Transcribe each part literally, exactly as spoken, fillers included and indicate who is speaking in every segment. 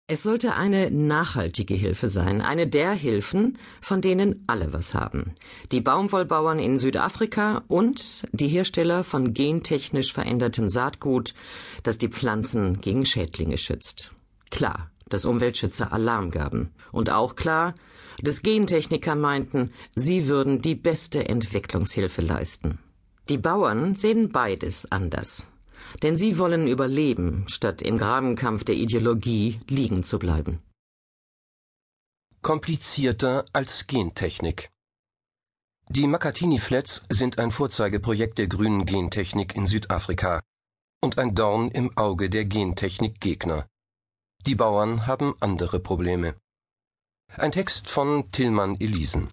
Speaker 1: Es sollte eine nachhaltige Hilfe sein, eine der Hilfen, von denen alle was haben. Die Baumwollbauern in Südafrika und die Hersteller von gentechnisch verändertem Saatgut, das die Pflanzen gegen Schädlinge schützt. Klar, dass Umweltschützer Alarm gaben. Und auch klar, dass Gentechniker meinten, sie würden die beste Entwicklungshilfe leisten. Die Bauern sehen beides anders. Denn sie wollen überleben, statt im Grabenkampf der Ideologie liegen zu bleiben.
Speaker 2: Komplizierter als Gentechnik. Die Makatini Flats sind ein Vorzeigeprojekt der grünen Gentechnik in Südafrika und ein Dorn im Auge der Gentechnik-Gegner. Die Bauern haben andere Probleme. Ein Text von Tilman Elisen.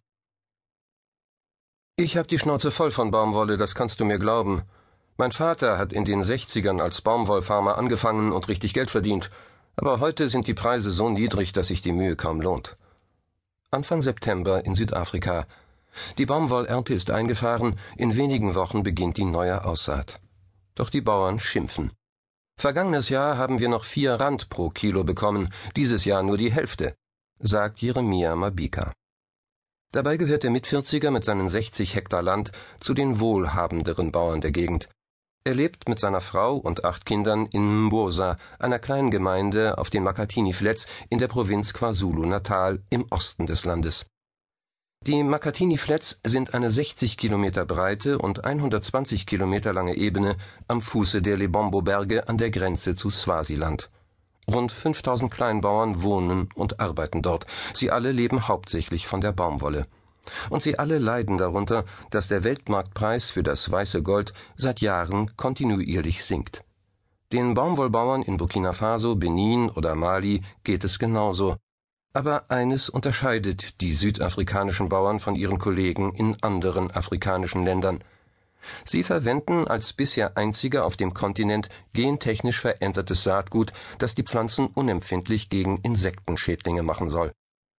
Speaker 2: Ich hab die Schnauze voll von Baumwolle, das kannst du mir glauben. Mein Vater hat in den sechzigern als Baumwollfarmer angefangen und richtig Geld verdient, aber heute sind die Preise so niedrig, dass sich die Mühe kaum lohnt. Anfang September in Südafrika. Die Baumwollernte ist eingefahren, in wenigen Wochen beginnt die neue Aussaat. Doch die Bauern schimpfen. Vergangenes Jahr haben wir noch vier Rand pro Kilo bekommen, dieses Jahr nur die Hälfte, sagt Jeremia Mabika. Dabei gehört der Mitvierziger mit seinen sechzig Hektar Land zu den wohlhabenderen Bauern der Gegend. Er lebt mit seiner Frau und acht Kindern in Mbosa, einer kleinen Gemeinde auf den Makatini Flats in der Provinz KwaZulu-Natal im Osten des Landes. Die Makatini Flats sind eine sechzig Kilometer breite und hundertzwanzig Kilometer lange Ebene am Fuße der Lebombo-Berge an der Grenze zu Swasiland. Rund fünftausend Kleinbauern wohnen und arbeiten dort. Sie alle leben hauptsächlich von der Baumwolle. Und sie alle leiden darunter, dass der Weltmarktpreis für das weiße Gold seit Jahren kontinuierlich sinkt. Den Baumwollbauern in Burkina Faso, Benin oder Mali geht es genauso. Aber eines unterscheidet die südafrikanischen Bauern von ihren Kollegen in anderen afrikanischen Ländern. Sie verwenden als bisher einzige auf dem Kontinent gentechnisch verändertes Saatgut, das die Pflanzen unempfindlich gegen Insektenschädlinge machen soll.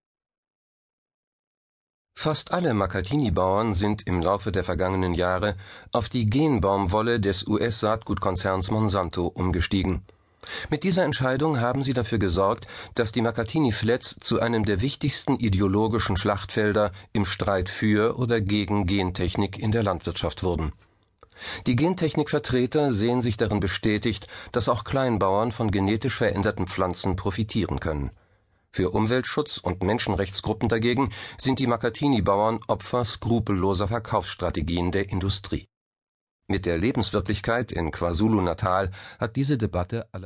Speaker 2: Fast alle Makatini-Bauern sind im Laufe der vergangenen Jahre auf die Genbaumwolle des U S-Saatgutkonzerns Monsanto umgestiegen. Mit dieser Entscheidung haben sie dafür gesorgt, dass die Makatini Flats zu einem der wichtigsten ideologischen Schlachtfelder im Streit für oder gegen Gentechnik in der Landwirtschaft wurden. Die Gentechnikvertreter sehen sich darin bestätigt, dass auch Kleinbauern von genetisch veränderten Pflanzen profitieren können. Für Umweltschutz- und Menschenrechtsgruppen dagegen sind die Makatini-Bauern Opfer skrupelloser Verkaufsstrategien der Industrie. Mit der Lebenswirklichkeit in KwaZulu-Natal hat diese Debatte allerdings